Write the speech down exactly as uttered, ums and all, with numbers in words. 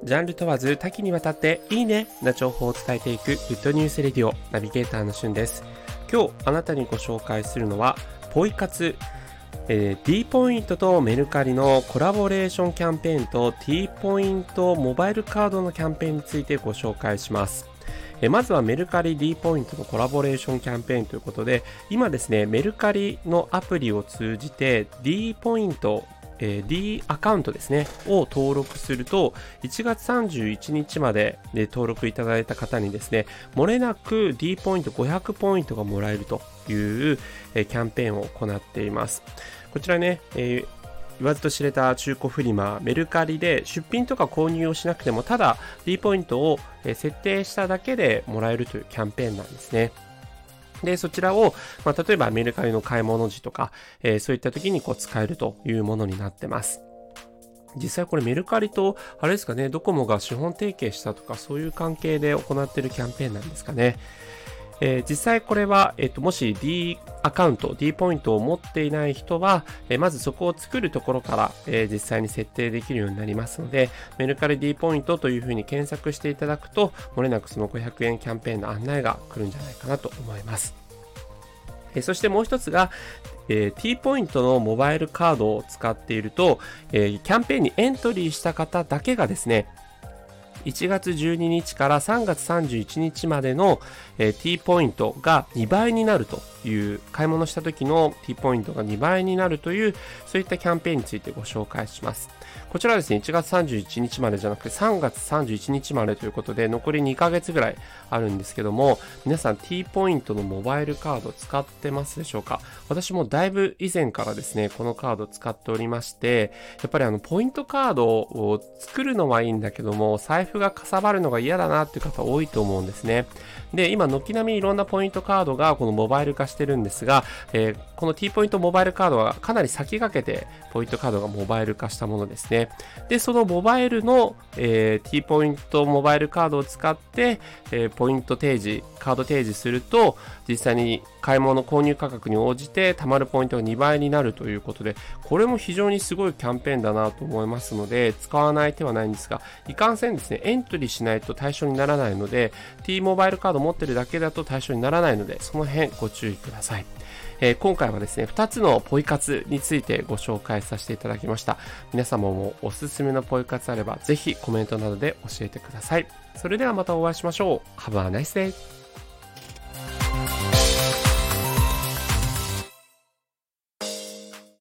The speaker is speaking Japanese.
ジャンル問わず多岐にわたっていいねな情報を伝えていくグッドニュースレディオナビゲーターのしゅんです。今日あなたにご紹介するのはポイ活、えー、D ポイントとメルカリのコラボレーションキャンペーンと T ポイントモバイルカードのキャンペーンについてご紹介します。えー、まずはメルカリ D ポイントのコラボレーションキャンペーンということで、今ですねメルカリのアプリを通じて D ポイントえー、D アカウントですねを登録すると、いちがつさんじゅういちにちまでで登録いただいた方にですね、漏れなく D ポイントごひゃくポイントがもらえるという、えー、キャンペーンを行っています。こちらね、えー言わずと知れた中古フリマメルカリで出品とか購入をしなくても、ただ D ポイントを設定しただけでもらえるというキャンペーンなんですね。で、そちらを、まあ、例えばメルカリの買い物時とか、えー、そういった時にこう使えるというものになってます。実際これメルカリと、あれですかね、ドコモが資本提携したとか、そういう関係で行っているキャンペーンなんですかね。えー、実際これは、えっと、もし D アカウント、D ポイントを持っていない人は、えー、まずそこを作るところから、えー、実際に設定できるようになりますので、メルカリ D ポイントというふうに検索していただくと、漏れなくそのごひゃくえんキャンペーンの案内が来るんじゃないかなと思います。えー、そしてもう一つが、えー、T ポイントのモバイルカードを使っていると、えー、キャンペーンにエントリーした方だけがですね、いちがつじゅうににちからさんがつさんじゅういちにちまでの、えー、T ポイントがにばいになるという、買い物した時の T ポイントがにばいになるという、そういったキャンペーンについてご紹介します。こちらはですね、いちがつさんじゅういちにちまでじゃなくてさんがつさんじゅういちにちまでということで、残りにかげつぐらいあるんですけども、皆さん T ポイントのモバイルカード使ってますでしょうか？私もだいぶ以前からですね、このカード使っておりまして、やっぱりあのポイントカードを作るのはいいんだけども、財布がかさばるのが嫌だなっていう方多いと思うんですね。で、今軒並みいろんなポイントカードがこのモバイル化してるんですが、えー、この T ポイントモバイルカードはかなり先駆けてポイントカードがモバイル化したものですね。で、そのモバイルの、えー、T ポイントモバイルカードを使って、えー、ポイント提示、カード提示すると、実際に買い物購入価格に応じて貯まるポイントがにばいになるということで、これも非常にすごいキャンペーンだなと思いますので、使わない手はないんですが、いかんせんですね、エントリーしないと対象にならないので、T モバイルカード持ってるだけだと対象にならないので、その辺ご注意ください。えー、今回はですね、ふたつのポイ活についてご紹介させていただきました。皆様もおすすめのポイ活あれば、ぜひコメントなどで教えてください。それではまたお会いしましょう。Have a nice day!